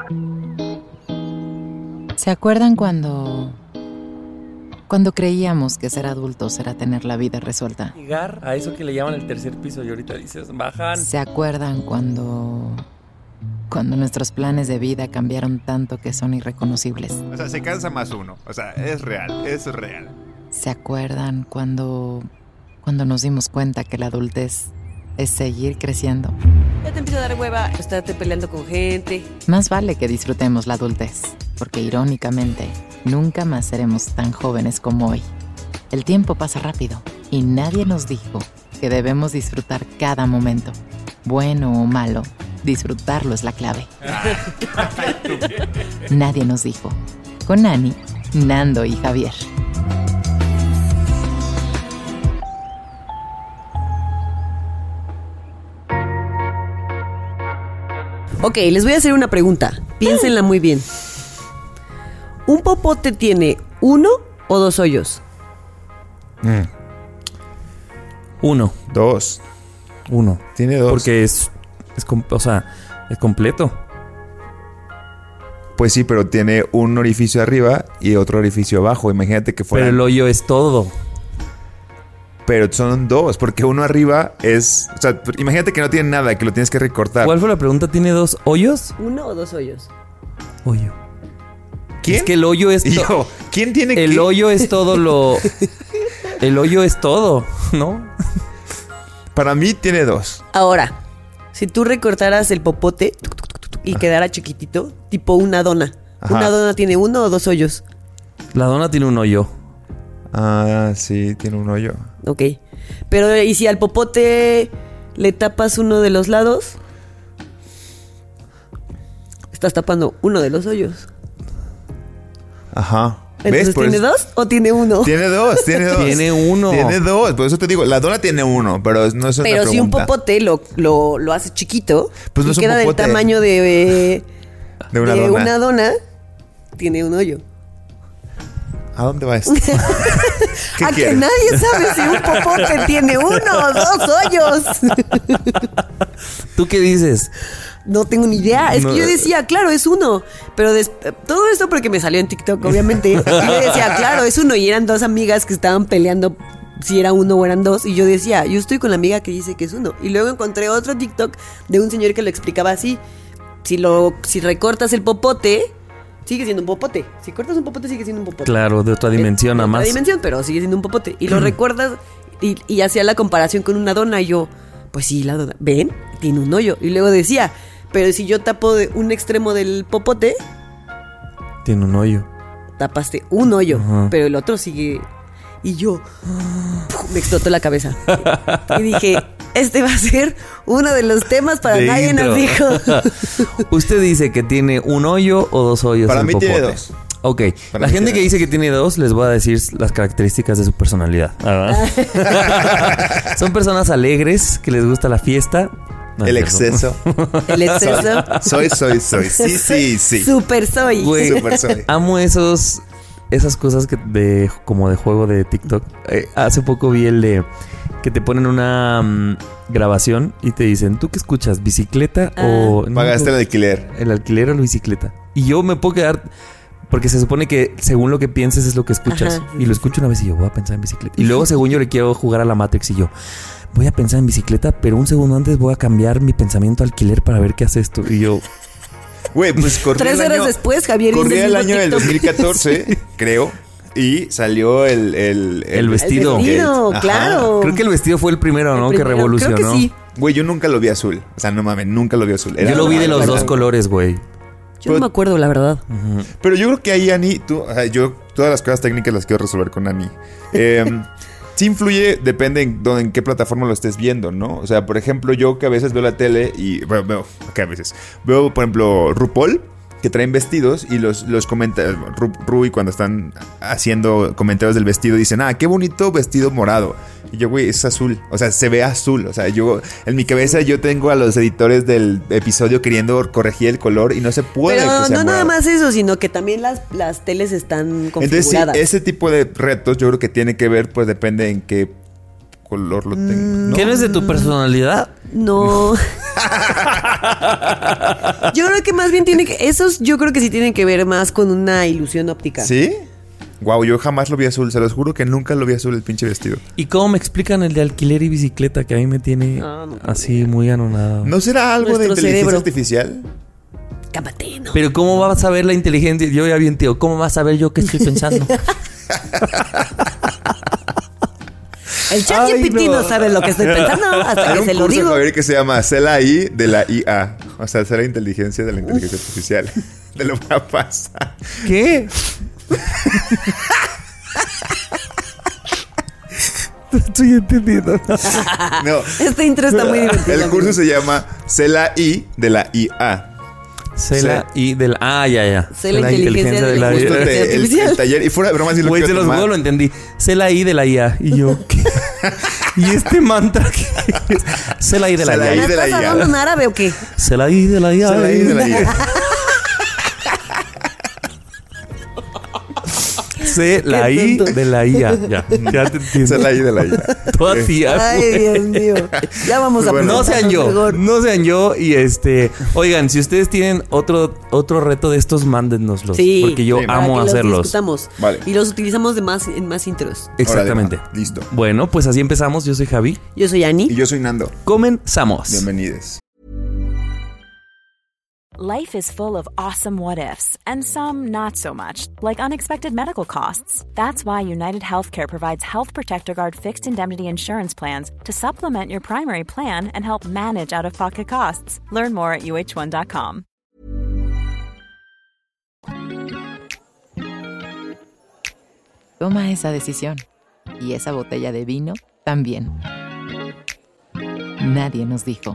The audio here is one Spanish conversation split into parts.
¿Se acuerdan cuando creíamos que ser adultos era tener la vida resuelta? Llegar a eso que le llaman el tercer piso y ahorita dices, bajan. ¿Se acuerdan cuando nuestros planes de vida cambiaron tanto que son irreconocibles? O sea, se cansa más uno. O sea, es real, es real. ¿Se acuerdan cuando nos dimos cuenta que la adultez es seguir creciendo? Ya te empieza a dar hueva estarte peleando con gente. Más vale que disfrutemos la adultez, porque irónicamente, nunca más seremos tan jóvenes como hoy. El tiempo pasa rápido y nadie nos dijo que debemos disfrutar cada momento. Bueno o malo, disfrutarlo es la clave. Nadie nos dijo. Con Ani, Nando y Javier. Ok, les voy a hacer una pregunta. Piénsenla muy bien. ¿Un popote tiene 1 o 2 hoyos? 1. 2. 1. Tiene 2. Porque es completo. Pues sí, pero tiene un orificio arriba y otro orificio abajo. Imagínate que fuera. Pero el hoyo es todo. Pero son 2, porque uno arriba es... O sea, imagínate que no tiene nada, que lo tienes que recortar. ¿Cuál fue la pregunta? ¿Tiene 2 hoyos? 1 o 2 hoyos. Hoyo. ¿Quién? Es que el hoyo es todo. ¿Quién tiene el qué? hoyo es todo lo... El hoyo es todo, ¿no? Para mí tiene 2. Ahora, si tú recortaras el popote y quedara chiquitito, tipo una dona. Ajá. ¿Una dona tiene 1 o 2 hoyos? La dona tiene un hoyo. Ah, sí, tiene un hoyo. Ok. Pero, ¿y si al popote le tapas uno de los lados? Estás tapando uno de los hoyos. Ajá. Entonces, ¿ves? ¿tiene 2 o tiene 1? Tiene 2, tiene 2. Tiene 1. Tiene 2, por eso te digo, la dona tiene 1, pero no es una Pero pregunta. si un popote lo hace chiquito, Pues no y es un queda del popote. tamaño de una dona. una dona, tiene un hoyo. ¿A dónde va esto? ¿Qué A que quieres? nadie sabe si un popote tiene 1 o 2 hoyos. ¿Tú qué dices? No tengo ni idea. Es No. que yo decía, claro, es 1. Pero todo esto porque me salió en TikTok, obviamente. Y yo decía, claro, es 1. Y eran 2 amigas que estaban peleando si era 1 o eran 2. Y yo decía, yo estoy con la amiga que dice que es 1. Y luego encontré otro TikTok de un señor que lo explicaba así. Si recortas el popote, sigue siendo un popote. Si cortas un popote, sigue siendo un popote. Claro, de otra dimensión De nada otra más. dimensión, pero sigue siendo un popote. Y lo recuerdas y hacía la comparación con una dona. Y yo, pues sí, la dona, ¿ven? Tiene un hoyo. Y luego decía, pero si yo tapo un extremo del popote, Tiene un hoyo. tapaste un hoyo, Ajá. pero el otro sigue. Y yo, me explotó la cabeza. Y dije, este va a ser uno de los temas para De nadie intro. nos dijo. ¿Usted dice que tiene un hoyo o 2 hoyos? Para el mí popote? tiene 2. Ok, Para la mí gente tiene que dice que tiene 2, les voy a decir las características de su personalidad. Son personas alegres, que les gusta la fiesta. No, El es cierto. exceso. El exceso. Soy. Sí. Super soy. Güey, Super soy. amo esas cosas como de juego de TikTok. Hace poco vi el de que te ponen una grabación y te dicen, ¿tú qué escuchas? ¿Bicicleta o...? Pagaste el alquiler. ¿El alquiler o la bicicleta? Y yo me puedo quedar... Porque se supone que según lo que pienses es lo que escuchas. Ajá, sí, y lo escucho una vez y yo voy a pensar en bicicleta. Y luego según yo le quiero jugar a la Matrix y yo voy a pensar en bicicleta, pero un segundo antes voy a cambiar mi pensamiento a alquiler para ver qué hace esto. Y yo... Güey, pues corría 3 el horas año... después, Javier hizo Corría el mismo año del TikTok. 2014, creo. Y salió el vestido. El vestido, Ajá. claro. Creo que el vestido fue el primero, ¿no? El Que primero, revolucionó. Creo que sí. Güey, yo nunca lo vi azul. O sea, no mames, nunca lo vi azul. Yo lo vi de los blanco. dos colores, güey. Yo no me acuerdo, la verdad. Pero yo creo que ahí, Ani, yo todas las cosas técnicas las quiero resolver con Ani. Sí influye, depende en qué plataforma lo estés viendo, ¿no? O sea, por ejemplo, yo que a veces veo la tele y... Bueno, que a veces. Veo, por ejemplo, RuPaul, que traen vestidos y los comentarios... Rui, cuando están haciendo comentarios del vestido, dicen, qué bonito vestido morado. Y yo, güey, es azul. O sea, se ve azul. O sea, yo... En mi cabeza yo tengo a los editores del episodio queriendo corregir el color y no se puede. Pero que sea no nada morado. más eso, sino que también las teles están Entonces, sí, configuradas. ese tipo de retos yo creo que tiene que ver, pues depende en qué color lo tengas, ¿no? ¿Qué no es de tu personalidad? No. Yo creo que más bien esos yo creo que sí tienen que ver más con una ilusión óptica. ¿Sí? Wow, yo jamás lo vi azul. Se los juro que nunca lo vi azul el pinche vestido. ¿Y cómo me explican el de alquiler y bicicleta? Que a mí me tiene así muy anonadado. ¿No será algo Nuestro de inteligencia cerebro. artificial? Cámate, no. Pero ¿cómo vas a saber la inteligencia? Yo ya vi, tío. ¿Cómo vas a saber yo qué estoy pensando? El ChatGPT no sabe lo que estoy pensando hasta Hay que un se lo curso, digo. Javier, que se llama Sé la I de la IA. O sea, sé la inteligencia de la inteligencia artificial. Te lo voy a pasar. ¿Qué? No estoy entendiendo. No. Este intro está muy divertido. El curso se llama Sé la I de la IA. Sé la I del... ya. Sé la inteligencia de la Justo IA. el taller. Y fuera de bromas, sí lo Güey, quiero se los tomar. juro, lo entendí. Sé la I de la IA. Y yo, ¿qué? ¿Y este mantra qué es? Sé la I de la Sé la I IA. ¿Me de la estás IA. hablando en árabe o qué? Sé la I de la IA. Sé la I de la IA. Sé la I de la IA. Ya te entiendo. Sé la I de la IA. Toda tía. Ay, Dios mío. Ya vamos a Bueno. No sean yo, mejor. no sean yo. Y oigan, si ustedes tienen otro reto de estos, mándennoslos. Sí. Porque yo Sí, Para amo que los hacerlos. discutamos. Vale. Y los utilizamos en más intros. Exactamente. Órale, va. Listo. Bueno, pues así empezamos. Yo soy Javi. Yo soy Ani. Y yo soy Nando. Comenzamos. Bienvenidos. Life is full of awesome what ifs, and some not so much, like unexpected medical costs. That's why United Healthcare provides Health Protector Guard fixed indemnity insurance plans to supplement your primary plan and help manage out of pocket costs. Learn more at uh1.com. Toma esa decisión. Y esa botella de vino también. Nadie nos dijo.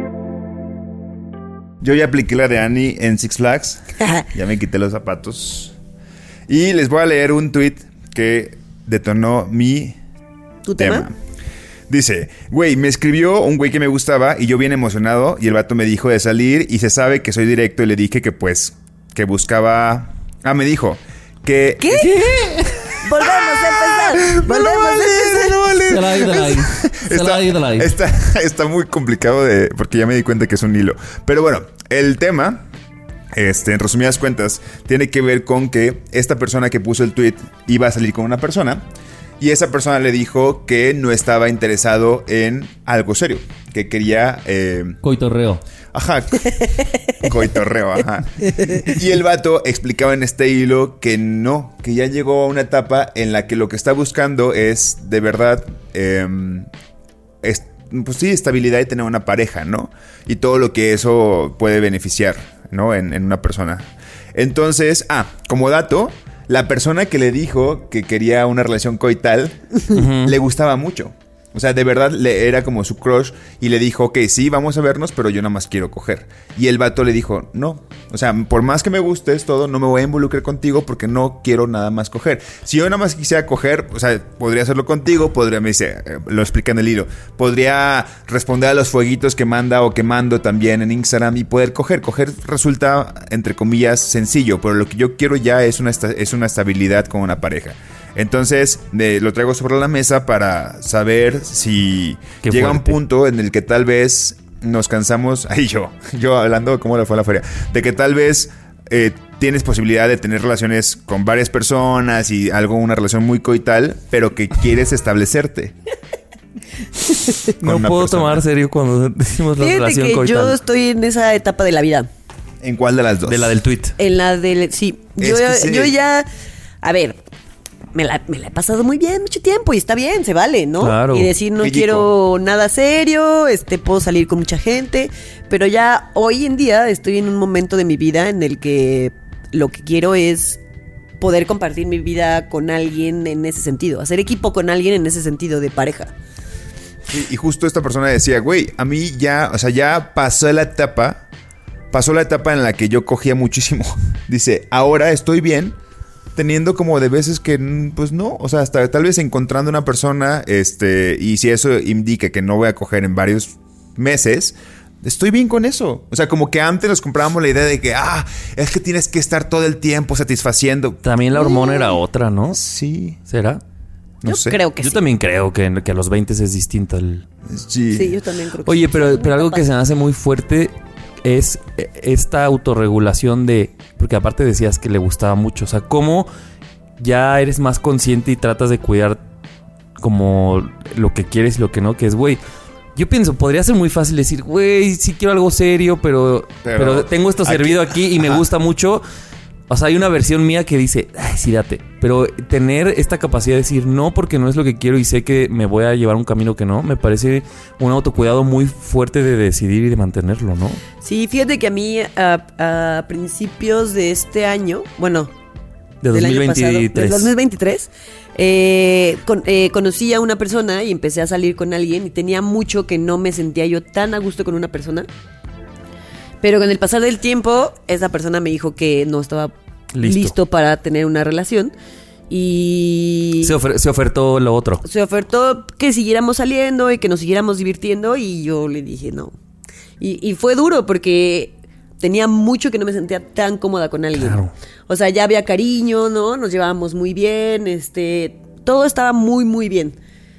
Yo ya apliqué la de Annie en Six Flags. Ya me quité los zapatos. Y les voy a leer un tweet que detonó mi ¿Tu tema? Dice, güey, me escribió un güey que me gustaba y yo bien emocionado y el vato me dijo de salir y se sabe que soy directo y le dije que pues, que buscaba... me dijo que... ¿Qué? Volvemos a empezar. Volvemos a empezar. No vale. Se la I de la I. Se la I de la I. Está muy complicado porque ya me di cuenta que es un hilo. Pero bueno, el tema, en resumidas cuentas, tiene que ver con que esta persona que puso el tweet iba a salir con una persona y esa persona le dijo que no estaba interesado en algo serio, que quería... Coitorreo. Ajá. Coitorreo, ajá. Y el vato explicaba en este hilo que no, que ya llegó a una etapa en la que lo que está buscando es de verdad, pues sí, estabilidad y tener una pareja, ¿no? Y todo lo que eso puede beneficiar, ¿no? En una persona. Entonces, como dato, la persona que le dijo que quería una relación coital le gustaba mucho. O sea, de verdad era como su crush y le dijo, ok, sí, vamos a vernos, pero yo nada más quiero coger. Y el vato le dijo, no. O sea, por más que me gustes todo, no me voy a involucrar contigo porque no quiero nada más coger. Si yo nada más quisiera coger, o sea, podría hacerlo contigo, me dice, lo explica en el hilo, podría responder a los fueguitos que manda o que mando también en Instagram y poder coger. Coger resulta, entre comillas, sencillo, pero lo que yo quiero ya es una estabilidad con una pareja. Entonces lo traigo sobre la mesa para saber si Qué llega fuerte. un punto en el que tal vez nos cansamos, yo hablando de cómo le fue a la feria, de que tal vez tienes posibilidad de tener relaciones con varias personas y una relación muy coital, pero que quieres establecerte. No una puedo persona. tomar serio cuando decimos la Fíjate relación que coital. yo estoy en esa etapa de la vida. ¿En cuál de las dos? De la del tweet. En la del... Sí. Es que sí. Yo ya... A ver... Me la he pasado muy bien mucho tiempo y está bien, se vale, ¿no? Claro. Y decir, no Qué quiero nada serio, puedo salir con mucha gente, pero ya hoy en día estoy en un momento de mi vida en el que lo que quiero es poder compartir mi vida con alguien en ese sentido, hacer equipo con alguien en ese sentido de pareja. Y justo esta persona decía, güey, a mí ya, o sea, ya pasó la etapa en la que yo cogía muchísimo. Dice, ahora estoy bien teniendo como de veces que, pues no, o sea, hasta tal vez encontrando una persona, y si eso indica que no voy a coger en varios meses, estoy bien con eso. O sea, como que antes nos comprábamos la idea de que, es que tienes que estar todo el tiempo satisfaciendo. También la hormona era otra, ¿no? Sí. ¿Será? No Yo sé. creo que Yo sí. también creo que a los 20 es distinto el... Sí. Sí, yo también creo que Oye, sí. pero algo que se me hace muy fuerte es esta autorregulación de... Porque aparte decías que le gustaba mucho. O sea, cómo ya eres más consciente y tratas de cuidar como lo que quieres y lo que no, que es, güey... Yo pienso, podría ser muy fácil decir, güey, sí quiero algo serio, pero tengo esto servido aquí y me gusta mucho. O sea, hay una versión mía que dice, ay, sí, date. Pero tener esta capacidad de decir no porque no es lo que quiero y sé que me voy a llevar un camino que no, me parece un autocuidado muy fuerte de decidir y de mantenerlo, ¿no? Sí, fíjate que a mí a principios de este año, bueno, De del año pasado, 2023. del 2023, conocí a una persona y empecé a salir con alguien y tenía mucho que no me sentía yo tan a gusto con una persona. Pero con el pasar del tiempo, esa persona me dijo que no estaba listo para tener una relación y Se ofertó lo otro. se ofertó que siguiéramos saliendo y que nos siguiéramos divirtiendo y yo le dije no. Y fue duro porque tenía mucho que no me sentía tan cómoda con alguien. Claro. O sea, ya había cariño, ¿no? Nos llevábamos muy bien, todo estaba muy, muy bien.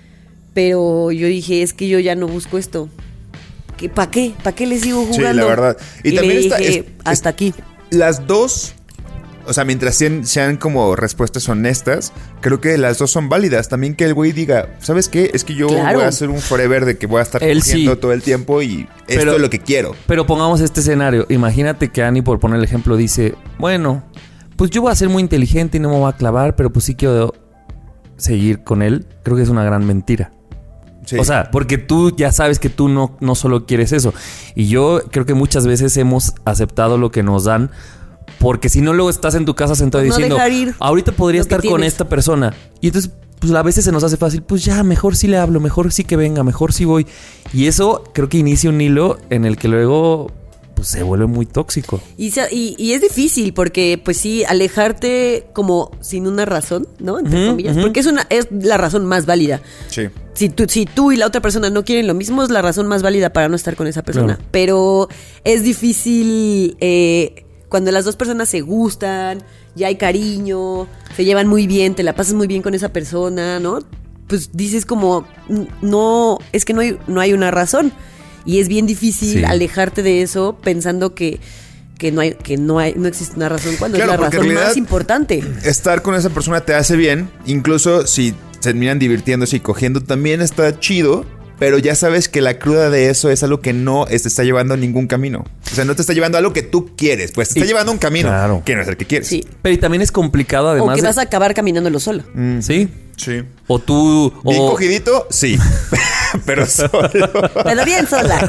Pero yo dije, es que yo ya no busco esto. ¿Para qué? ¿Para qué les sigo jugando? Sí, la verdad. Y también le dije, hasta aquí. Las dos, o sea, mientras sean como respuestas honestas, creo que las dos son válidas. También que el güey diga, ¿sabes qué? Es que yo Claro. voy a hacer un forever de que voy a estar Él cogiendo sí. todo el tiempo y esto Pero- es lo que quiero. Pero pongamos este escenario. Imagínate que Annie, por poner el ejemplo, dice, bueno, pues yo voy a ser muy inteligente y no me voy a clavar, pero pues sí quiero seguir con él. Creo que es una gran mentira. Sí. O sea, porque tú ya sabes que tú no solo quieres eso. Y yo creo que muchas veces hemos aceptado lo que nos dan. Porque si no, luego estás en tu casa sentado No diciendo, dejar ir ahorita podría lo que estar con tienes. esta persona. Y entonces, pues a veces se nos hace fácil, pues ya, mejor sí le hablo, mejor sí que venga, mejor sí voy. Y eso creo que inicia un hilo en el que luego pues se vuelve muy tóxico. Y es difícil porque, pues sí, alejarte como sin una razón, ¿no? Entre Ujú, comillas. ujú. Porque es la razón más válida. Sí. Si tú y la otra persona no quieren lo mismo, es la razón más válida para no estar con esa persona. Claro. Pero es difícil cuando las dos personas se gustan, ya hay cariño, se llevan muy bien, te la pasas muy bien con esa persona, ¿no? Pues dices como, no, es que no hay una razón. Y es bien difícil Sí. alejarte de eso pensando que no existe una razón cuando Claro, es la porque en razón realidad- más importante. Estar con esa persona te hace bien, incluso si terminan divirtiéndose y cogiendo también está chido, pero ya sabes que la cruda de eso es algo que no te está llevando a ningún camino. O sea, no te está llevando a algo que tú quieres, pues te está llevando a un camino Claro. que no es el que quieres. Sí. Pero y también es complicado O además que de- vas a acabar caminándolo solo. Sí. Sí. O tú... Bien o- cogidito, sí. Pero solo. Pero bien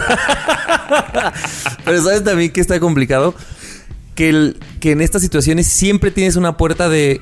sola. Pero sabes también que está complicado. Que en estas situaciones siempre tienes una puerta de...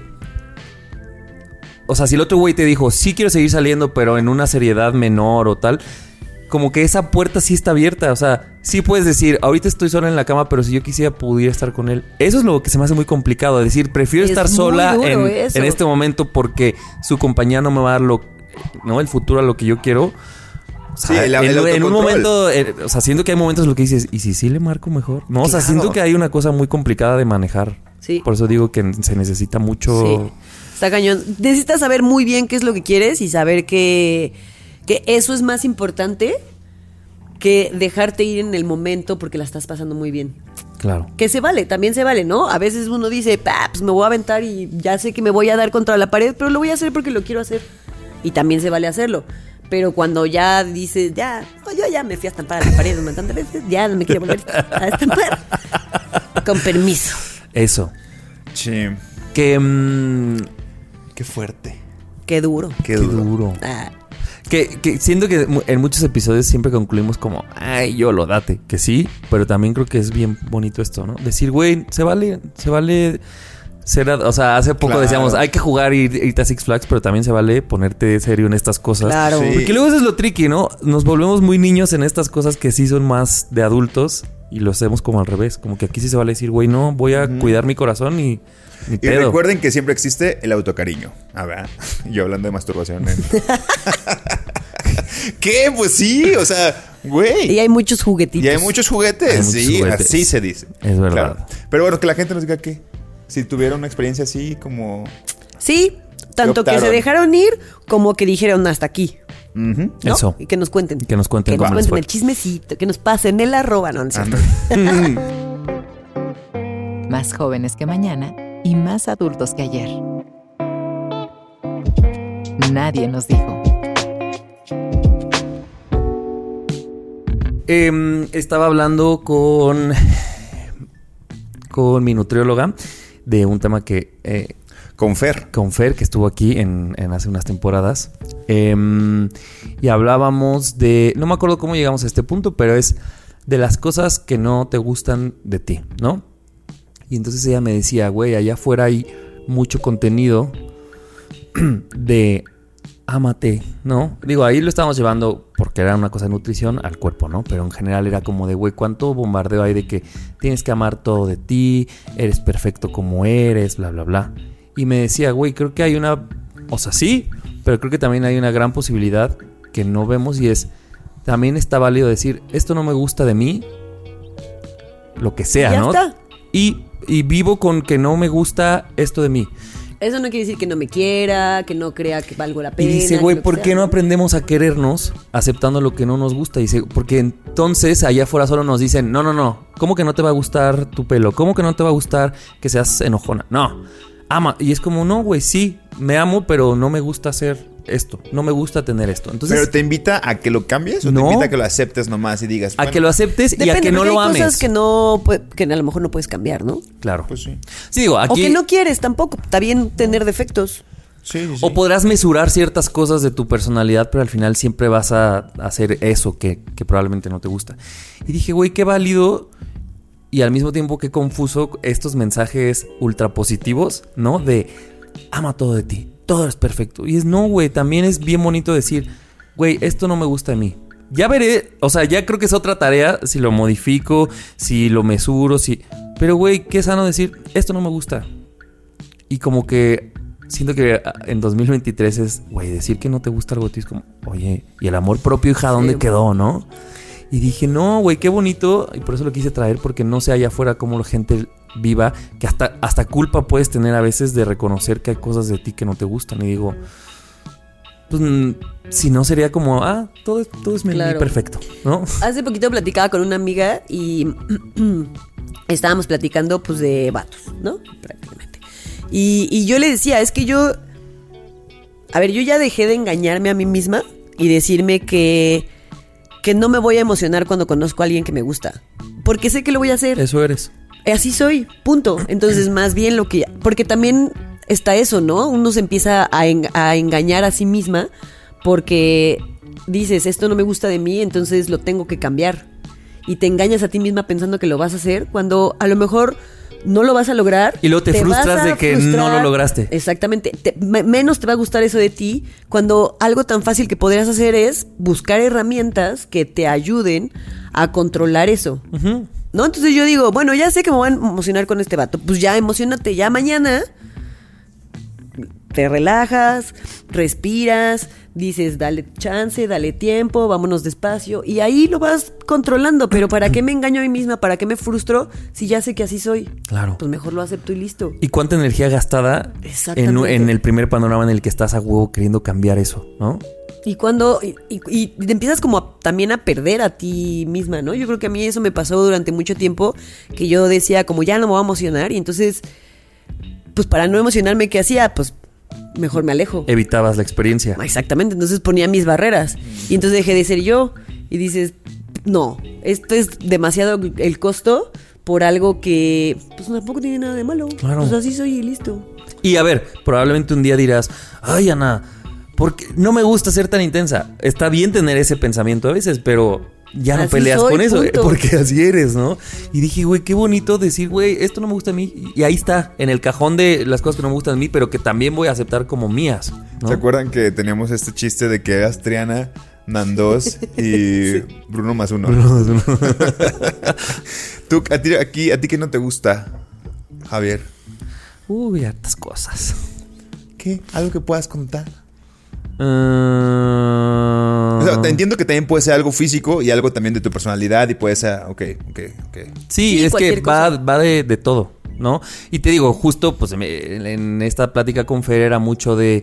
O sea, si el otro güey te dijo, sí quiero seguir saliendo, pero en una seriedad menor o tal, como que esa puerta sí está abierta. O sea, sí puedes decir, ahorita estoy sola en la cama, pero si yo quisiera pudiera estar con él. Eso es lo que se me hace muy complicado. Decir, prefiero Es estar muy sola duro en eso. este momento porque su compañía no me va a dar el futuro a lo que yo quiero. O sea, Sí, el en un autocontrol. momento, o sea, siento que hay momentos en los que dices, ¿y si sí le marco mejor? No, o sea, Claro. siento que hay una cosa muy complicada de manejar. Sí. Por eso digo que se necesita mucho... Sí. Está cañón. Necesitas saber muy bien qué es lo que quieres y saber que eso es más importante que dejarte ir en el momento porque la estás pasando muy bien. Claro. Que se vale, también se vale, ¿no? A veces uno dice, pues me voy a aventar y ya sé que me voy a dar contra la pared, pero lo voy a hacer porque lo quiero hacer. Y también se vale hacerlo. Pero cuando ya dices, yo ya me fui a estampar a la pared un montón de veces, ya no me quiero volver a estampar. Con permiso. Eso. Sí. Que... Qué fuerte. Qué duro. Qué duro. Ah, Que siento que en muchos episodios siempre concluimos como, ay, yo lo date. Que sí, pero también creo que es bien bonito esto, ¿no? Decir, güey, se vale ser... O sea, hace poco Claro. decíamos, hay que jugar y irte a Six Flags, pero también se vale ponerte serio en estas cosas. claro. Sí. Porque luego eso es lo tricky, ¿no? Nos volvemos muy niños en estas cosas que sí son más de adultos y lo hacemos como al revés. Como que aquí sí se vale decir, güey, no, voy a cuidar mi corazón y mi Y pedo. recuerden que siempre existe el autocariño. A ver, yo hablando de masturbación. ¿Qué? Pues sí, o sea, güey. Y hay muchos juguetitos. Y hay muchos juguetes, Hay muchos sí, juguetes. así se dice. Es verdad. Claro. Pero bueno, que la gente nos diga qué. Si tuvieron una experiencia así como... Sí, Tanto que se optaron? dejaron ir como que dijeron hasta aquí. Ujú. ¿No? Eso. Y que nos cuenten. Que nos cuenten cómo les fue. el chismecito, que nos pasen el arroba, no es cierto. Más jóvenes que mañana y más adultos que ayer. Nadie nos dijo. Estaba hablando con mi nutrióloga de un tema que... Con Fer. con Fer, que estuvo aquí en hace unas temporadas. Y hablábamos de... No me acuerdo cómo llegamos a este punto, pero es de las cosas que no te gustan de ti, ¿no? Y entonces ella me decía, güey, allá afuera hay mucho contenido de ámate, ¿no? Digo, ahí lo estábamos llevando porque era una cosa de nutrición al cuerpo, ¿no? Pero en general era como de, güey, ¿cuánto bombardeo hay de que tienes que amar todo de ti, eres perfecto como eres, bla, bla, bla? Y me decía, güey, creo que hay una... O sea, sí, pero creo que también hay una gran posibilidad que no vemos y es... También está válido decir, esto no me gusta de mí, lo que sea, Ya ¿no? está. Y vivo con que no me gusta esto de mí. Eso no quiere decir que no me quiera, que no crea que valgo la Y pena. dice, que güey, lo que ¿por sea, qué no aprendemos a querernos aceptando lo que no nos gusta? Dice, porque entonces allá afuera solo nos dicen, no, ¿cómo que no te va a gustar tu pelo? ¿Cómo que no te va a gustar que seas enojona? No, ama. Y es como, no, güey, sí, me amo, pero no me gusta hacer esto, no me gusta tener esto. Entonces, ¿Pero te invita a que lo cambies o No. te invita a que lo aceptes nomás y digas... a que lo aceptes y a Depende, que no porque lo hay ames. cosas que a lo mejor no puedes cambiar, ¿no? Claro. Pues sí. Sí, digo, O aquí... que no quieres tampoco. Está bien tener defectos. Sí, sí, sí. O podrás mesurar ciertas cosas de tu personalidad, pero al final siempre vas a hacer eso que probablemente no te gusta. Y dije, güey, qué válido y al mismo tiempo qué confuso estos mensajes ultra positivos, ¿no? De ama todo de ti, todo es perfecto. Y es no, güey, también es bien bonito decir, güey, esto no me gusta de mí. Ya veré, o sea, ya creo que es otra tarea si lo modifico, si lo mesuro, si... Pero, güey, qué sano decir, esto no me gusta. Y como que... Siento que en 2023 es, güey, decir que no te gusta algo de ti es como, oye, ¿y el amor propio, hija, dónde Sí. quedó, no? Y dije, no, güey, qué bonito. Y por eso lo quise traer, porque no sé allá afuera cómo la gente viva, que hasta culpa puedes tener a veces de reconocer que hay cosas de ti que no te gustan. Y digo, pues, si no sería como, todo es Claro. perfecto, ¿no? Hace poquito platicaba con una amiga y estábamos platicando pues de vatos, ¿no? Prácticamente. Y yo le decía, es que yo ya dejé de engañarme a mí misma y decirme que no me voy a emocionar cuando conozco a alguien que me gusta. Porque sé que lo voy a hacer. Eso eres. Así soy, punto. Entonces, más bien porque también está eso, ¿no? Uno se empieza a engañar a sí misma porque dices, esto no me gusta de mí, entonces lo tengo que cambiar. Y te engañas a ti misma pensando que lo vas a hacer cuando a lo mejor no lo vas a lograr. Y luego te frustras vas a de que no lo lograste. Exactamente. Menos te va a gustar eso de ti cuando algo tan fácil que podrías hacer es buscar herramientas que te ayuden a controlar eso. Ujú. ¿No? Entonces yo digo, bueno, ya sé que me voy a emocionar con este vato. Pues ya emocionate, ya mañana te relajas, respiras, dices, dale chance, dale tiempo, vámonos despacio. Y ahí lo vas controlando. Pero ¿para qué me engaño a mí misma? ¿Para qué me frustro si ya sé que así soy? Claro. Pues mejor lo acepto y listo. ¿Y cuánta energía gastada Exactamente. en el primer panorama en el que estás a huevo queriendo cambiar eso, ¿no? Y cuando y te empiezas como también a perder a ti misma, ¿no? Yo creo que a mí eso me pasó durante mucho tiempo, que yo decía como ya no me voy a emocionar y entonces pues para no emocionarme, ¿qué hacía? Pues mejor me alejo. Evitabas la experiencia. Exactamente, entonces ponía mis barreras y entonces dejé de ser yo y dices, no, esto es demasiado el costo por algo que pues tampoco tiene nada de malo. Claro. Pues así soy y listo. Y a ver, probablemente un día dirás, ay, Ana, porque no me gusta ser tan intensa. Está bien tener ese pensamiento a veces, pero ya no Así peleas soy, con eso, punto. porque así eres, ¿no? Y dije, güey, qué bonito decir, güey, esto no me gusta a mí. Y ahí está, en el cajón de las cosas que no me gustan a mí, pero que también voy a aceptar como mías, ¿no? ¿Se acuerdan que teníamos este chiste de que eras Triana, Nandos y Bruno más uno? Tú, a ti que no te gusta, Javier. Uy, hartas cosas. ¿Qué? ¿Algo que puedas contar? Uh... O sea, te entiendo que también puede ser algo físico y algo también de tu personalidad y puede ser, ok. Sí, Sí, es que cualquier cosa. va de todo. ¿no? Y te digo, justo pues en esta plática con Fer era mucho de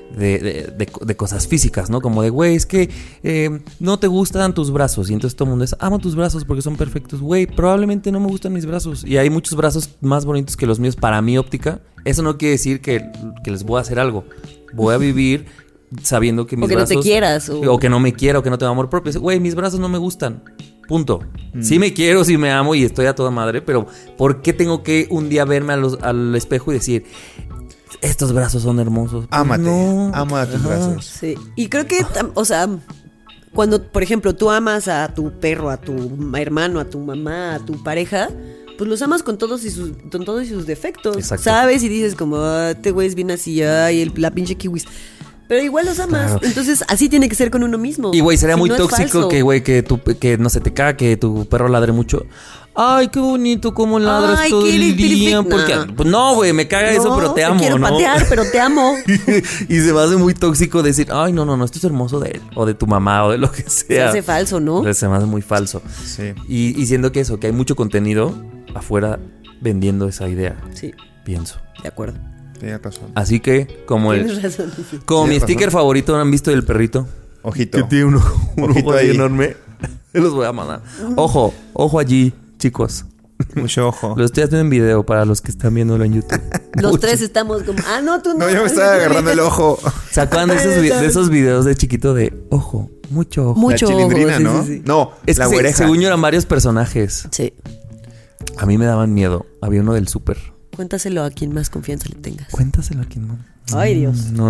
cosas físicas, ¿no? Como de, güey, es que no te gustan tus brazos. Y entonces todo el mundo es, amo tus brazos porque son perfectos. Güey, probablemente no me gustan mis brazos. Y hay muchos brazos más bonitos que los míos para mi óptica. Eso no quiere decir que les voy a hacer algo. Voy a vivir sabiendo que mis brazos... O que no te quieras. O que no me quiera, o que no tengo amor propio. Güey, mis brazos no me gustan. Punto. Sí me quiero, sí me amo y estoy a toda madre, pero ¿por qué tengo que un día verme al espejo y decir... Estos brazos son hermosos? Ámate, no. ama a tus brazos. Sí. Y creo que, o sea, cuando, por ejemplo, tú amas a tu perro, a tu hermano, a tu mamá, a tu pareja, pues los amas con todos y sus defectos. Exacto. ¿Sabes? Y dices como, este güey es bien así, ay, la pinche kiwis. Pero igual los amas. Claro. Entonces, así tiene que ser con uno mismo. Y güey, sería Si muy no es tóxico falso. que, güey, que no se te caga, que tu perro ladre mucho. Ay, qué bonito cómo ladras Ay, todo que el eres día. perfecta. Porque, pues, no, güey, me caga eso, pero te amo, quiero ¿no? patear, pero te amo. Y se me hace muy tóxico decir, ay, no, esto es hermoso de él, o de tu mamá, o de lo que Se sea. hace falso, ¿no? Se me hace muy falso. Sí. Y siendo que eso, que hay mucho contenido afuera vendiendo esa idea, Sí, pienso. de acuerdo. Tienes razón. Así que, como Tienes razón. Sí. mi Tienes sticker razón. favorito, ¿han visto el perrito? Ojito. Que tiene un Ojito ojo ahí ahí. enorme. Se los voy a mandar. Ojo allí, chicos. Mucho ojo. Lo estoy haciendo en video para los que están viéndolo en YouTube. Los Mucho. tres estamos como, no, tú no. No, yo me estaba agarrando el ojo. ¿Se acuerdan de esos videos de chiquito de ojo? Mucho ojo. Mucho La chilindrina, ojo, sí, ¿no? sí, sí. No, Es la que güereja. según yo eran varios personajes. Sí. A mí me daban miedo. Había uno del súper. Cuéntaselo a quien más confianza le tengas. Cuéntaselo aquí, ¿no? Ay, Dios. No.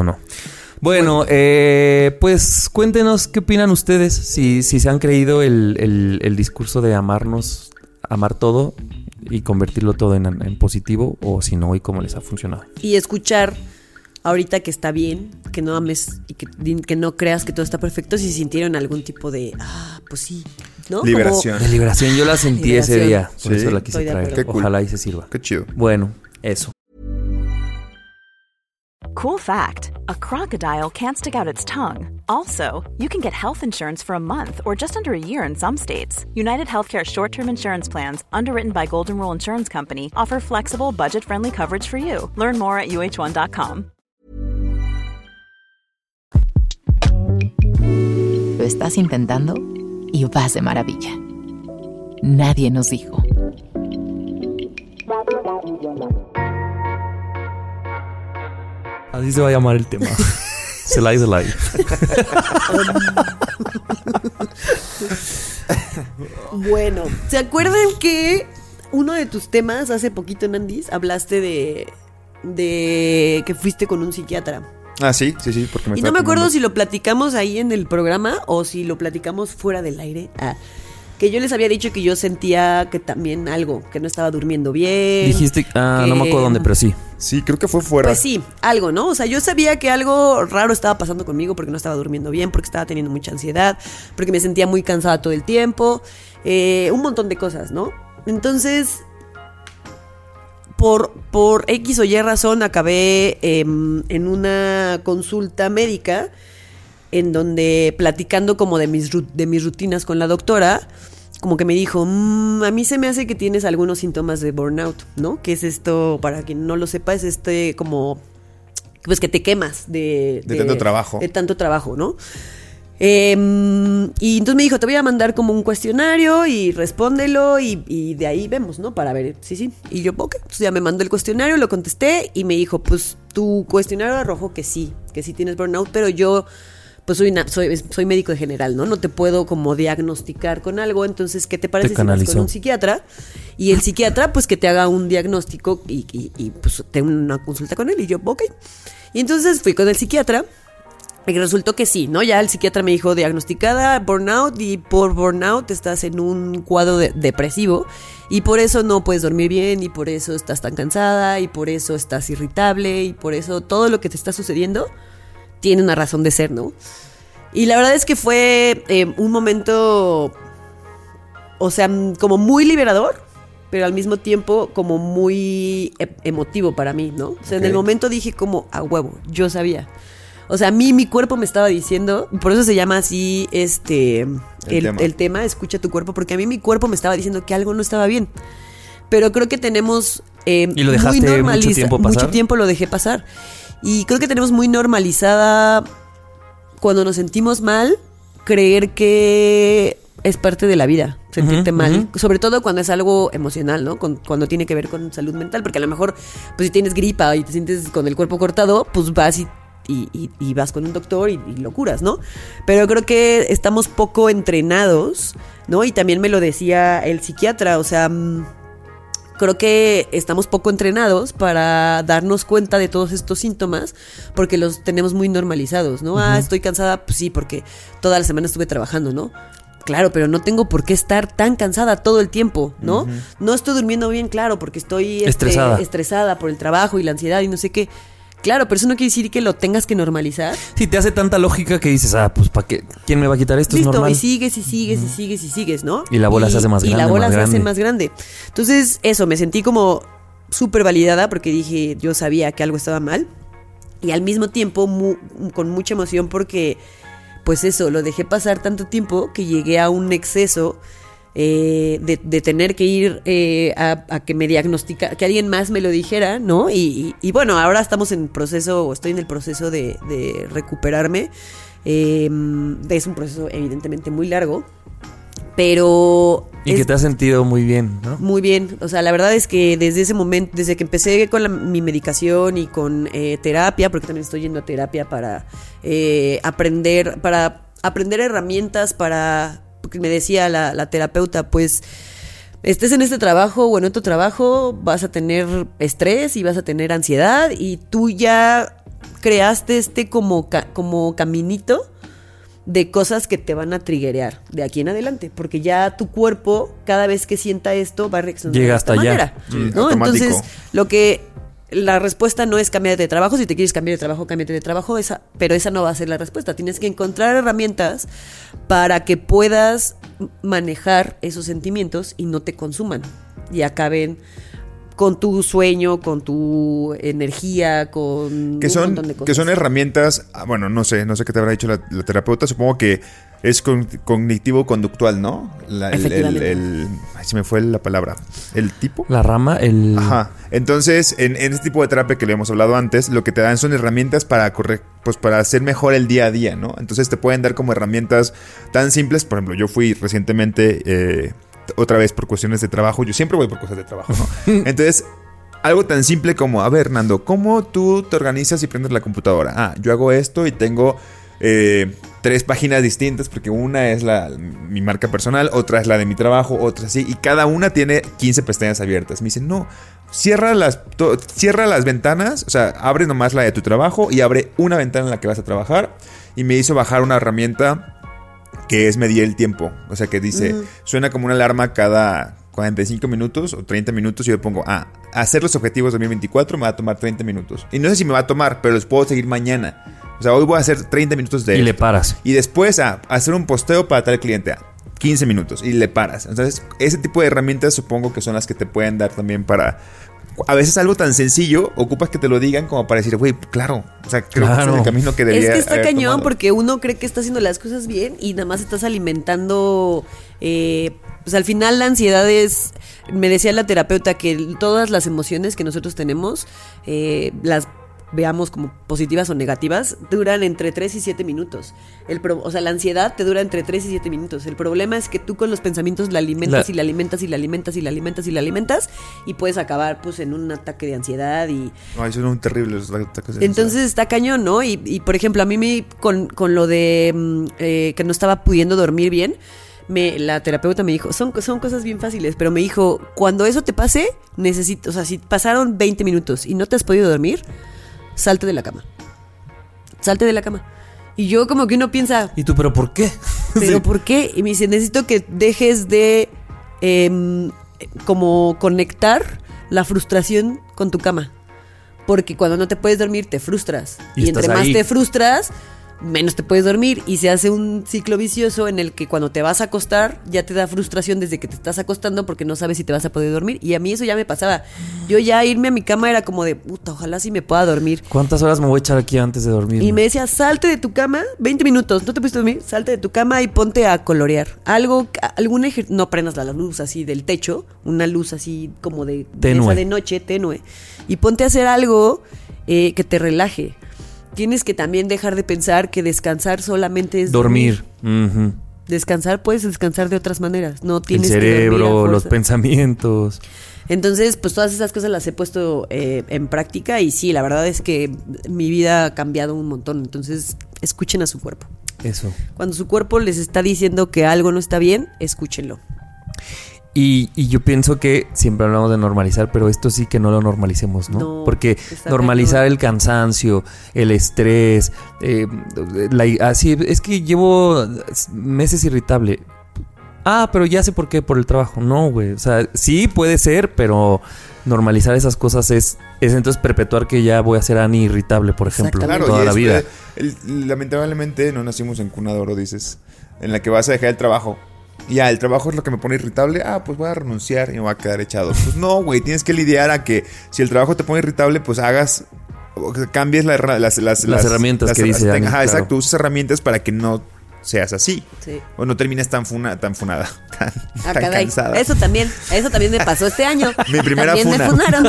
Bueno, pues cuéntenos qué opinan ustedes. Si se han creído el discurso de amarnos, amar todo y convertirlo todo en positivo, o si no, y cómo les ha funcionado. Y escuchar ahorita que está bien, que no ames y que no creas que todo está perfecto, si sintieron algún tipo de, pues sí, ¿no? Liberación. De liberación, yo la sentí ese Liberación. día. Por Sí. eso la quise Estoy de traer. acuerdo. Qué cool. Ojalá y se sirva. Qué chido. Bueno, eso. Cool fact, a crocodile can't stick out its tongue. Also, you can get health insurance for a month or just under a year in some states. United Healthcare short-term insurance plans, underwritten by Golden Rule Insurance Company, offer flexible, budget-friendly coverage for you. Learn more at uh1.com. Lo estás intentando y vas de maravilla. Nadie nos dijo. Así se va a llamar el tema. Selay. Bueno, ¿se acuerdan que uno de tus temas hace poquito, Nandis, hablaste de que fuiste con un psiquiatra? Ah, sí, porque me Y estaba no me acuerdo tomando- si lo platicamos ahí en el programa o si lo platicamos fuera del aire. Que yo les había dicho que yo sentía que también algo, que no estaba durmiendo bien. Dijiste, no me acuerdo dónde, pero sí. Sí, creo que fue fuera. Pues sí, algo, ¿no? O sea, yo sabía que algo raro estaba pasando conmigo porque no estaba durmiendo bien, porque estaba teniendo mucha ansiedad, porque me sentía muy cansada todo el tiempo, un montón de cosas, ¿no? Entonces, por X o Y razón acabé en una consulta médica en donde platicando como de mis rutinas con la doctora, como que me dijo, a mí se me hace que tienes algunos síntomas de burnout, ¿no? Que es esto, para quien no lo sepa, es como, pues que te quemas de tanto trabajo. De tanto trabajo, ¿no? Y entonces me dijo, te voy a mandar como un cuestionario y respóndelo y de ahí vemos, ¿no? Para ver, sí. Y yo, ok, entonces ya me mandó el cuestionario, lo contesté y me dijo, pues tu cuestionario arrojó que sí tienes burnout, pero yo pues soy médico de general, ¿no? No te puedo como diagnosticar con algo, entonces, ¿qué te parece si vas con un psiquiatra? Y el psiquiatra, pues, que te haga un diagnóstico y pues, tenga una consulta con él. Y yo, ok. Y entonces fui con el psiquiatra y resultó que sí, ¿no? Ya el psiquiatra me dijo diagnosticada burnout y por burnout estás en un cuadro depresivo y por eso no puedes dormir bien y por eso estás tan cansada y por eso estás irritable y por eso todo lo que te está sucediendo tiene una razón de ser, ¿no? Y la verdad es que fue un momento, o sea, como muy liberador, pero al mismo tiempo como muy emotivo para mí, ¿no? O sea, en el momento dije como, a huevo, yo sabía. O sea, a mí mi cuerpo me estaba diciendo, por eso se llama así el tema, escucha tu cuerpo, porque a mí mi cuerpo me estaba diciendo que algo no estaba bien. Pero creo que tenemos ¿Y lo dejaste mucho tiempo pasar? Mucho tiempo lo dejé pasar. Y creo que tenemos muy normalizada, cuando nos sentimos mal, creer que es parte de la vida, sentirte mal. Sobre todo cuando es algo emocional, ¿no? Cuando tiene que ver con salud mental. Porque a lo mejor, pues si tienes gripa y te sientes con el cuerpo cortado, pues vas y vas con un doctor y lo curas, ¿no? Pero creo que estamos poco entrenados, ¿no? Y también me lo decía el psiquiatra, o sea, creo que estamos poco entrenados para darnos cuenta de todos estos síntomas porque los tenemos muy normalizados, ¿no? Ah, estoy cansada, pues sí, porque toda la semana estuve trabajando, ¿no? Claro, pero no tengo por qué estar tan cansada todo el tiempo, ¿no? No estoy durmiendo bien, claro, porque estoy estresada por el trabajo y la ansiedad y no sé qué. Claro, pero eso no quiere decir que lo tengas que normalizar. Sí, te hace tanta lógica que dices, pues ¿para qué? ¿Quién me va a quitar esto? Listo, es normal. Y sigues, y sigues, y sigues, y sigues, ¿no? Y la bola se hace más grande. Y la bola se hace más grande. Entonces, eso, me sentí como súper validada porque dije, yo sabía que algo estaba mal. Y al mismo tiempo, con mucha emoción porque, pues eso, lo dejé pasar tanto tiempo que llegué a un exceso de tener que ir a que me diagnostica, que alguien más me lo dijera, ¿no? Y bueno, ahora estamos en proceso, o estoy en el proceso de recuperarme. Es un proceso evidentemente muy largo, pero... Y que te has sentido muy bien, ¿no? Muy bien, o sea, la verdad es que desde ese momento, desde que empecé con mi medicación y con terapia, porque también estoy yendo a terapia para aprender herramientas porque me decía la terapeuta, pues estés en este trabajo o en otro trabajo, vas a tener estrés y vas a tener ansiedad y tú ya creaste como caminito de cosas que te van a triggerear de aquí en adelante, porque ya tu cuerpo, cada vez que sienta esto, va a reaccionar llega de hasta esta allá, manera, ¿no? Entonces, la respuesta no es cambiar de trabajo. Si te quieres cambiar de trabajo, cámbiate de trabajo, pero esa no va a ser la respuesta. Tienes que encontrar herramientas para que puedas manejar esos sentimientos y no te consuman y acaben con tu sueño, con tu energía, con un montón de cosas. Que son herramientas, bueno, no sé qué te habrá dicho la terapeuta, supongo que es cognitivo-conductual, ¿no? Efectivamente. Se me fue la palabra. ¿El tipo? La rama, Ajá. Entonces, en este tipo de terapia que le hemos hablado antes, lo que te dan son herramientas para hacer mejor el día a día, ¿no? Entonces te pueden dar como herramientas tan simples. Por ejemplo, yo fui recientemente... otra vez por cuestiones de trabajo. Yo siempre voy por cosas de trabajo, ¿no? Entonces, algo tan simple como, a ver, Nando, ¿cómo tú te organizas y prendes la computadora? Yo hago esto y tengo 3 páginas distintas porque una es mi marca personal, otra es la de mi trabajo, otra sí, y cada una tiene 15 pestañas abiertas. Me dicen, no, cierra las ventanas, o sea, abre nomás la de tu trabajo y abre una ventana en la que vas a trabajar. Y me hizo bajar una herramienta que es medir el tiempo. O sea, que dice, suena como una alarma cada 45 minutos o 30 minutos. Y yo pongo, hacer los objetivos de 2024 me va a tomar 30 minutos. Y no sé si me va a tomar, pero los puedo seguir mañana. O sea, hoy voy a hacer 30 minutos de y le paras. Y después hacer un posteo para tal cliente. 15 minutos y le paras. Entonces, ese tipo de herramientas supongo que son las que te pueden dar también para... A veces algo tan sencillo, ocupas que te lo digan como para decir, güey, claro, o sea, creo que es el camino que debería Es que está haber cañón tomado. porque uno cree que está haciendo las cosas bien y nada más estás alimentando, pues al final la ansiedad es, me decía la terapeuta que todas las emociones que nosotros tenemos, las veamos como positivas o negativas, duran entre 3 y 7 minutos. O sea, la ansiedad te dura entre 3 y 7 minutos. El problema es que tú con los pensamientos la alimentas y la alimentas y la alimentas y la alimentas y la alimentas y puedes acabar pues en un ataque de ansiedad y... Ay, son terribles los ataques de Entonces ansiedad. está cañón, ¿no? Y por ejemplo, a mí con lo de que no estaba pudiendo dormir bien, la terapeuta me dijo, son cosas bien fáciles, pero me dijo, cuando eso te pase, o sea, si pasaron 20 minutos y no te has podido dormir, salte de la cama. Salte de la cama. Y yo como que uno piensa... ¿Y tú, pero por qué? ¿Pero por qué? Y me dice, necesito que dejes de como conectar la frustración con tu cama. Porque cuando no te puedes dormir te frustras. Y entre más te frustras, menos te puedes dormir y se hace un ciclo vicioso en el que cuando te vas a acostar ya te da frustración desde que te estás acostando porque no sabes si te vas a poder dormir. Y a mí eso ya me pasaba. Yo ya irme a mi cama era como de, puta, ojalá sí me pueda dormir. ¿Cuántas horas me voy a echar aquí antes de dormir? Y me decía, salte de tu cama, 20 minutos, no te puedes dormir, salte de tu cama y ponte a colorear. No prendas la luz así del techo, una luz así como de esa de noche, tenue. Y ponte a hacer algo que te relaje. Tienes que también dejar de pensar que descansar solamente es dormir. Uh-huh. Descansar, puedes descansar de otras maneras. No tienes el cerebro, que dormir los pensamientos. Entonces, pues todas esas cosas las he puesto en práctica y sí, la verdad es que mi vida ha cambiado un montón. Entonces, escuchen a su cuerpo. Eso. Cuando su cuerpo les está diciendo que algo no está bien, escúchenlo. Y yo pienso que siempre hablamos de normalizar, pero esto sí que no lo normalicemos, ¿no? No, porque normalizar el cansancio, el estrés, así es que llevo meses irritable. Pero ya sé por qué, por el trabajo. No, güey, o sea, sí puede ser, pero normalizar esas cosas es entonces perpetuar que ya voy a ser Ani irritable, por ejemplo, claro, toda la vida. Lamentablemente no nacimos en cuna de oro, dices, en la que vas a dejar el trabajo. Ya, el trabajo es lo que me pone irritable. Pues voy a renunciar y me voy a quedar echado. Pues no, güey, tienes que lidiar a que si el trabajo te pone irritable, pues cambies las herramientas que dice Ani, claro. Exacto, usas usas herramientas para que no seas así. Sí. O no termines tan funada, tan cansada. Eso también me pasó este año. Mi primera también funa. me funaron.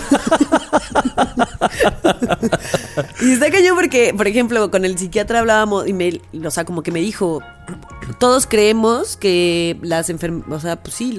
Y está cañón porque, por ejemplo, con el psiquiatra hablábamos como que me dijo, todos creemos que las enfermedades, o sea, pues sí,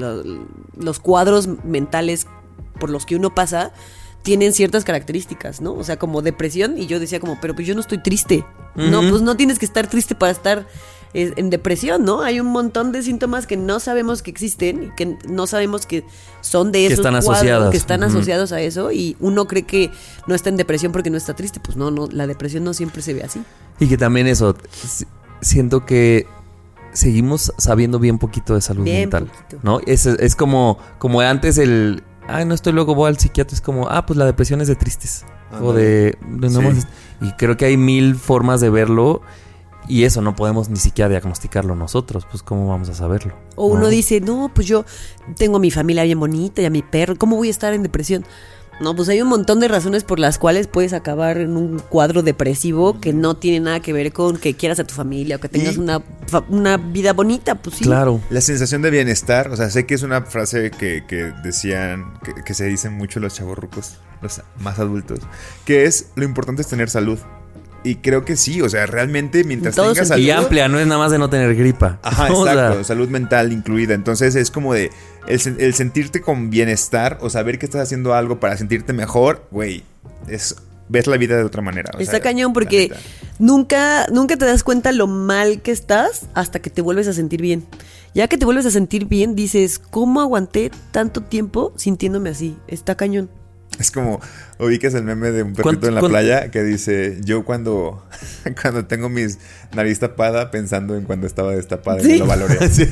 los cuadros mentales por los que uno pasa tienen ciertas características, ¿no? O sea, como depresión, y yo decía como, pero pues yo no estoy triste. Uh-huh. No, pues no tienes que estar triste para estar en depresión, ¿no? Hay un montón de síntomas que no sabemos que existen y que no sabemos que son de esos cuadros que están asociados a eso, y uno cree que no está en depresión porque no está triste. Pues no, la depresión no siempre se ve así. Y que también eso, siento que seguimos sabiendo bien poquito de salud mental, poquito, ¿no? Es como antes no estoy loco, voy al psiquiatra, es como, pues la depresión es de tristes. O de no más. Y creo que hay 1000 formas de verlo. Y eso no podemos ni siquiera diagnosticarlo nosotros. Pues ¿cómo vamos a saberlo? O uno dice, no, pues yo tengo a mi familia bien bonita y a mi perro, ¿cómo voy a estar en depresión? No, pues hay un montón de razones por las cuales puedes acabar en un cuadro depresivo que no tiene nada que ver con que quieras a tu familia o que tengas una vida bonita, pues sí. Claro. La sensación de bienestar, o sea, sé que es una frase que decían, que se dicen mucho los chavorrucos, los más adultos, que es, lo importante es tener salud. Y creo que sí, o sea, realmente mientras tengas salud... Y amplia, no es nada más de no tener gripa. Ajá, exacto, salud mental incluida. Entonces es como de el sentirte con bienestar o saber que estás haciendo algo para sentirte mejor, güey, ves la vida de otra manera. Está cañón porque nunca te das cuenta lo mal que estás hasta que te vuelves a sentir bien. Ya que te vuelves a sentir bien, dices, ¿cómo aguanté tanto tiempo sintiéndome así? Está cañón. Es como, ubicas el meme de un perrito en la playa que dice, yo cuando tengo mi nariz tapada pensando en cuando estaba destapada, ¿sí? Y me lo valoré. Sí.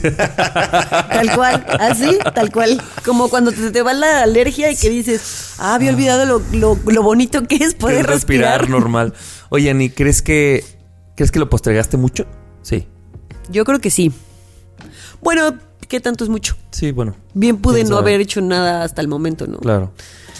Tal cual, así, tal cual. Como cuando te va la alergia y que dices, había olvidado lo bonito que es poder respirar normal. Oye, Ani, ¿crees que lo postergaste mucho? Sí. Yo creo que sí. Bueno, ¿qué tanto es mucho? Sí, bueno. Bien pude no haber hecho nada hasta el momento, ¿no? Claro.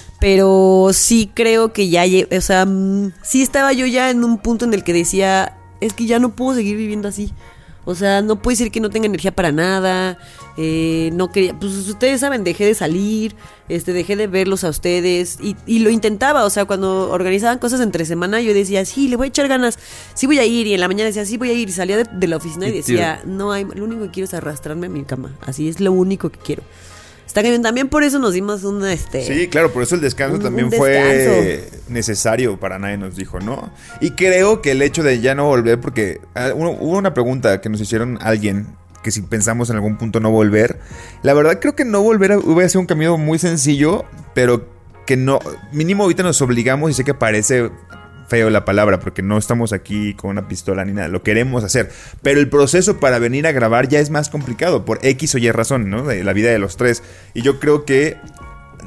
Pero sí creo que ya, o sea, sí estaba yo ya en un punto en el que decía, es que ya no puedo seguir viviendo así. O sea, no puede ser que no tenga energía para nada. No quería, pues ustedes saben, dejé de salir, dejé de verlos a ustedes y lo intentaba. O sea, cuando organizaban cosas entre semana, yo decía, sí, le voy a echar ganas, sí voy a ir. Y en la mañana decía, sí voy a ir. Y salía de la oficina y decía, lo único que quiero es arrastrarme a mi cama. Así es lo único que quiero. Está bien, también por eso nos dimos Sí, claro, por eso el descanso también fue necesario para nadie, nos dijo, ¿no? Y creo que el hecho de ya no volver, porque hubo una pregunta que nos hicieron alguien, que si pensamos en algún punto no volver. La verdad creo que no volver hubiera sido un camino muy sencillo, pero que no, mínimo ahorita nos obligamos, y sé que parece feo la palabra porque no estamos aquí con una pistola ni nada, lo queremos hacer, pero el proceso para venir a grabar ya es más complicado por X o Y razón, ¿no? De la vida de los tres, y yo creo que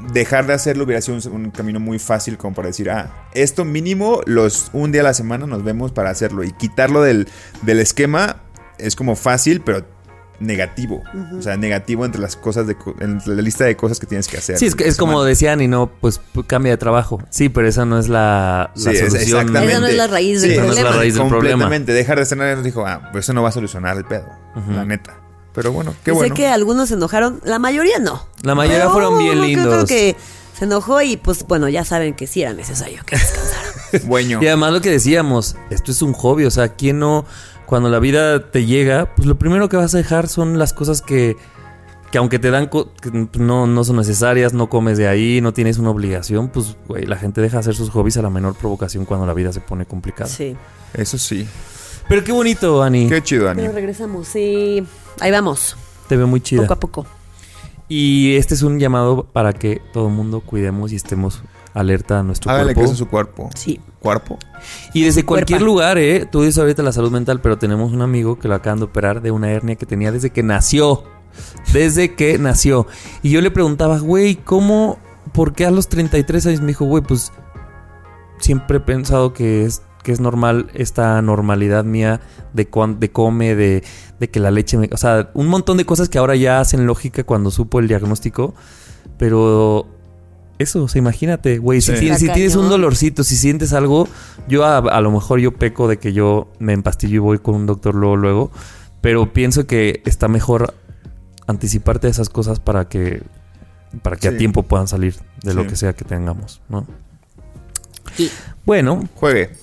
dejar de hacerlo hubiera sido un camino muy fácil como para decir, esto mínimo un día a la semana nos vemos para hacerlo. Y quitarlo del esquema es como fácil, pero negativo. O sea, negativo entre las cosas en la lista de cosas que tienes que hacer. Sí, es como decían y no, pues cambia de trabajo. Sí, pero esa no es la solución. Exactamente. Esa no es la raíz del problema. No es la raíz del problema. Completamente. Dejar de cenar nos dijo, pues eso no va a solucionar el pedo. La neta. Pero bueno, qué bueno. Sé que algunos se enojaron, la mayoría no. La mayoría fueron bien lindos. Yo creo que se enojó y pues bueno, ya saben que sí era necesario que descansaran. Bueno. Y además lo que decíamos, esto es un hobby, o sea, ¿quién no? Cuando la vida te llega, pues lo primero que vas a dejar son las cosas que aunque te dan, que no son necesarias, no comes de ahí, no tienes una obligación, pues güey, la gente deja hacer sus hobbies a la menor provocación cuando la vida se pone complicada. Sí. Eso sí. Pero qué bonito, Ani. Qué chido, Ani. Pero regresamos, sí. Ahí vamos. Te veo muy chida. Poco a poco. Y este es un llamado para que todo el mundo cuidemos y estemos alerta a nuestro Hágale cuerpo. caso a su cuerpo. Sí. ¿Cuerpo? Y desde cualquier Cuerpa. lugar, tú dices ahorita la salud mental, pero tenemos un amigo que lo acaban de operar de una hernia que tenía desde que nació. Desde que nació. Y yo le preguntaba, güey, ¿cómo? ¿Por qué a los 33 años? Me dijo, güey, pues siempre he pensado que es normal esta normalidad mía de come, de que la leche o sea, un montón de cosas que ahora ya hacen lógica cuando supo el diagnóstico. Pero eso, o sea, imagínate, güey, Sí. si tienes un dolorcito, si sientes algo, yo a lo mejor yo peco de que yo me empastillo y voy con un doctor luego, pero pienso que está mejor anticiparte a esas cosas para que Sí. a tiempo puedan salir de lo Sí. que sea que tengamos, ¿no? Y Bueno, Juegue.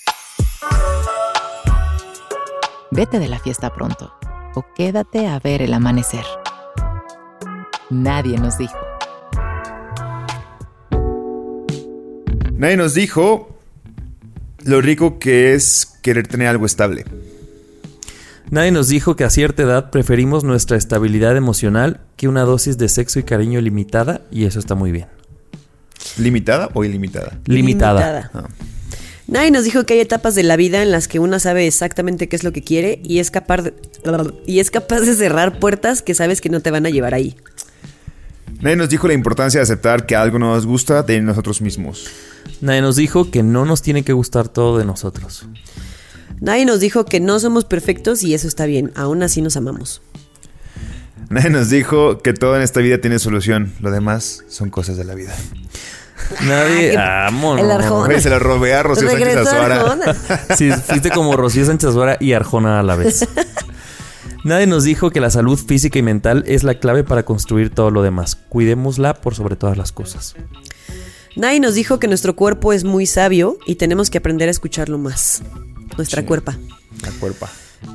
Vete de la fiesta pronto o quédate a ver el amanecer. Nadie nos dijo. Nadie nos dijo lo rico que es querer tener algo estable. nadie nos dijo que a cierta edad preferimos nuestra estabilidad emocional que una dosis de sexo y cariño limitada, y eso está muy bien. ¿Limitada o ilimitada? Limitada. Ah. Nadie nos dijo que hay etapas de la vida en las que uno sabe exactamente qué es lo que quiere y es capaz de cerrar puertas que sabes que no te van a llevar ahí. Nadie nos dijo la importancia de aceptar que algo no nos gusta de nosotros mismos. Nadie nos dijo que no nos tiene que gustar todo de nosotros. Nadie nos dijo que no somos perfectos y eso está bien, aún así nos amamos. Nadie nos dijo que todo en esta vida tiene solución. Lo demás son cosas de la vida. Nadie... Ay, el Arjona. Oye, se la robé a Rocío Sánchez Regresó Azuara. Arjona. Sí, fuiste como Rocío Sánchez Azuara y Arjona a la vez. Nadie nos dijo que la salud física y mental es la clave para construir todo lo demás. Cuidémosla por sobre todas las cosas. Nadie nos dijo que nuestro cuerpo es muy sabio y tenemos que aprender a escucharlo más. Nuestra Sí. cuerpa. La cuerpa.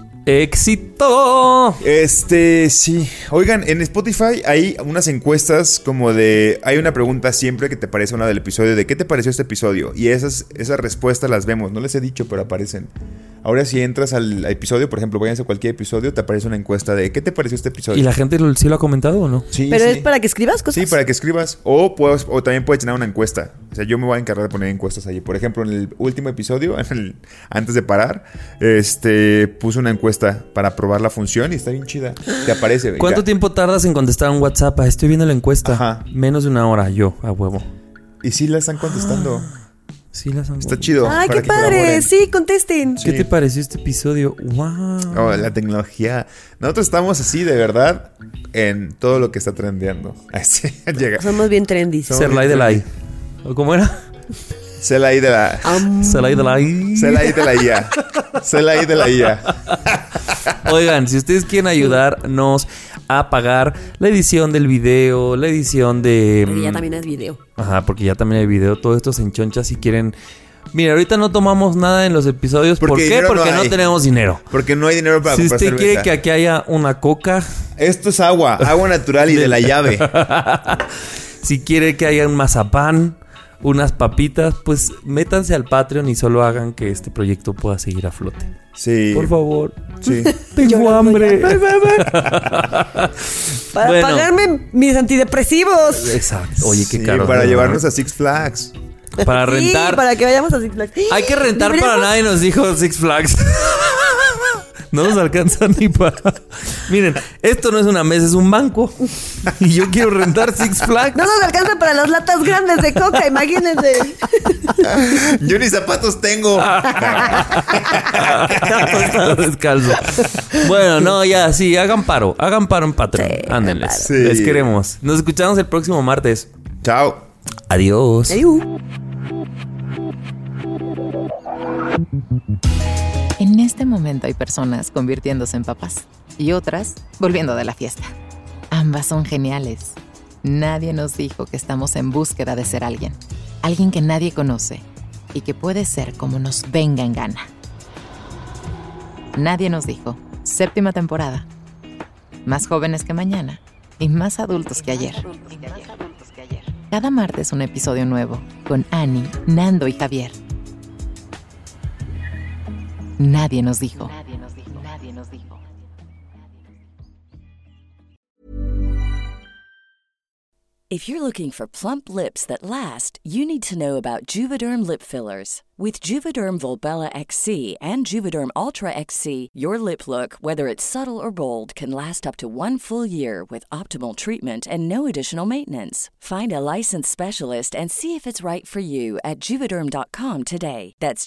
¡Éxito! Sí. Oigan, en Spotify hay unas encuestas como de... Hay una pregunta siempre que te aparece una del episodio de ¿qué te pareció este episodio? Y esas respuestas las vemos. No les he dicho, pero aparecen. Ahora si entras al episodio, por ejemplo, váyanse a cualquier episodio, te aparece una encuesta de ¿qué te pareció este episodio? ¿Y la gente sí lo ha comentado o no? Sí, Pero sí. es para que escribas cosas. Sí, para que escribas. O también puedes llenar una encuesta. O sea, yo me voy a encargar de poner encuestas allí. Por ejemplo, en el último episodio, antes de parar, puse una encuesta para probar la función y está bien chida. Te aparece. ¿Cuánto Ya. tiempo tardas en contestar un WhatsApp? Estoy viendo la encuesta. Ajá. Menos de una hora, yo, a huevo. Y sí la están contestando. Sí, las han... Está chido. Ay, para qué que padre. colaboren. Sí, contesten. ¿Qué Sí. te pareció este episodio? ¡Wow! Oh, la tecnología. Nosotros estamos así de verdad en todo lo que está trendeando. Así llega. Somos bien trendy. Serlai de la I. ¿O cómo era? Se la I de la... Serlai de la I. Se la I de la IA. Se la I de la IA. Oigan, si ustedes quieren ayudarnos a pagar la edición del video, la edición de... Porque ya también es video. Ajá, porque ya también hay video. Todo esto se enchoncha si quieren... Mira, ahorita no tomamos nada en los episodios. ¿Por Porque qué? dinero no Porque no hay. tenemos dinero. Porque no hay dinero para Si comprar usted quiere cerveza. que aquí haya una coca, Esto es agua natural y de la llave. si quiere que haya un mazapán, unas papitas, pues métanse al Patreon y solo hagan que este proyecto pueda seguir a flote. Sí. Por favor. Sí. Tengo Llorando hambre. Para Bueno. pagarme mis antidepresivos. Exacto. Oye, qué Sí, caro. para ¿no? llevarnos a Six Flags. Para Sí, rentar. para que vayamos a Six Flags. Hay que rentar para Deberíamos- nadie nos dijo Six Flags. No nos alcanza ni para... Miren, esto no es una mesa, es un banco. Y yo quiero rentar Six Flags. No nos alcanza para las latas grandes de coca, imagínense. Yo ni zapatos tengo. Está descalzo. Bueno, no, ya, sí, hagan paro en Patreon. Sí, Ándenles. sí. Les queremos. Nos escuchamos el próximo martes. Chao. Adiós. En este momento hay personas convirtiéndose en papás y otras volviendo de la fiesta. Ambas son geniales. Nadie nos dijo que estamos en búsqueda de ser alguien. Alguien que nadie conoce y que puede ser como nos venga en gana. Nadie nos dijo. 7ª temporada. Más jóvenes que mañana y más adultos que ayer. Cada martes un episodio nuevo con Ani, Nando y Javier. Nadie nos dijo. Nadie nos dijo. If you're looking for plump lips that last, you need to know about Juvederm lip fillers. With Juvederm Volbella XC and Juvederm Ultra XC, your lip look, whether it's subtle or bold, can last up to 1 full year with optimal treatment and no additional maintenance. Find a licensed specialist and see if it's right for you at Juvederm.com today. That's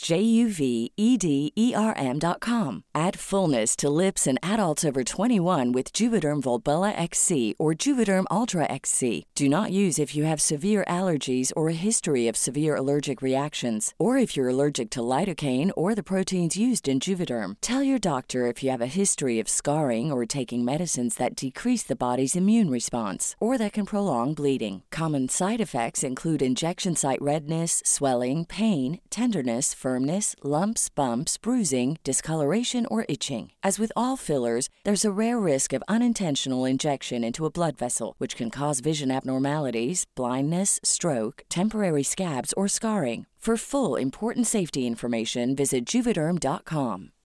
JUVEDERM.com. Add fullness to lips in adults over 21 with Juvederm Volbella XC or Juvederm Ultra XC. Do not use if you have severe allergies or a history of severe allergic reactions, or if you're allergic to lidocaine or the proteins used in Juvederm. Tell your doctor if you have a history of scarring or taking medicines that decrease the body's immune response or that can prolong bleeding. Common side effects include injection site redness, swelling, pain, tenderness, firmness, lumps, bumps, bruising, discoloration, or itching. As with all fillers, there's a rare risk of unintentional injection into a blood vessel, which can cause vision abnormalities, blindness, stroke, temporary scabs, or scarring. For full, important safety information, visit Juvederm.com.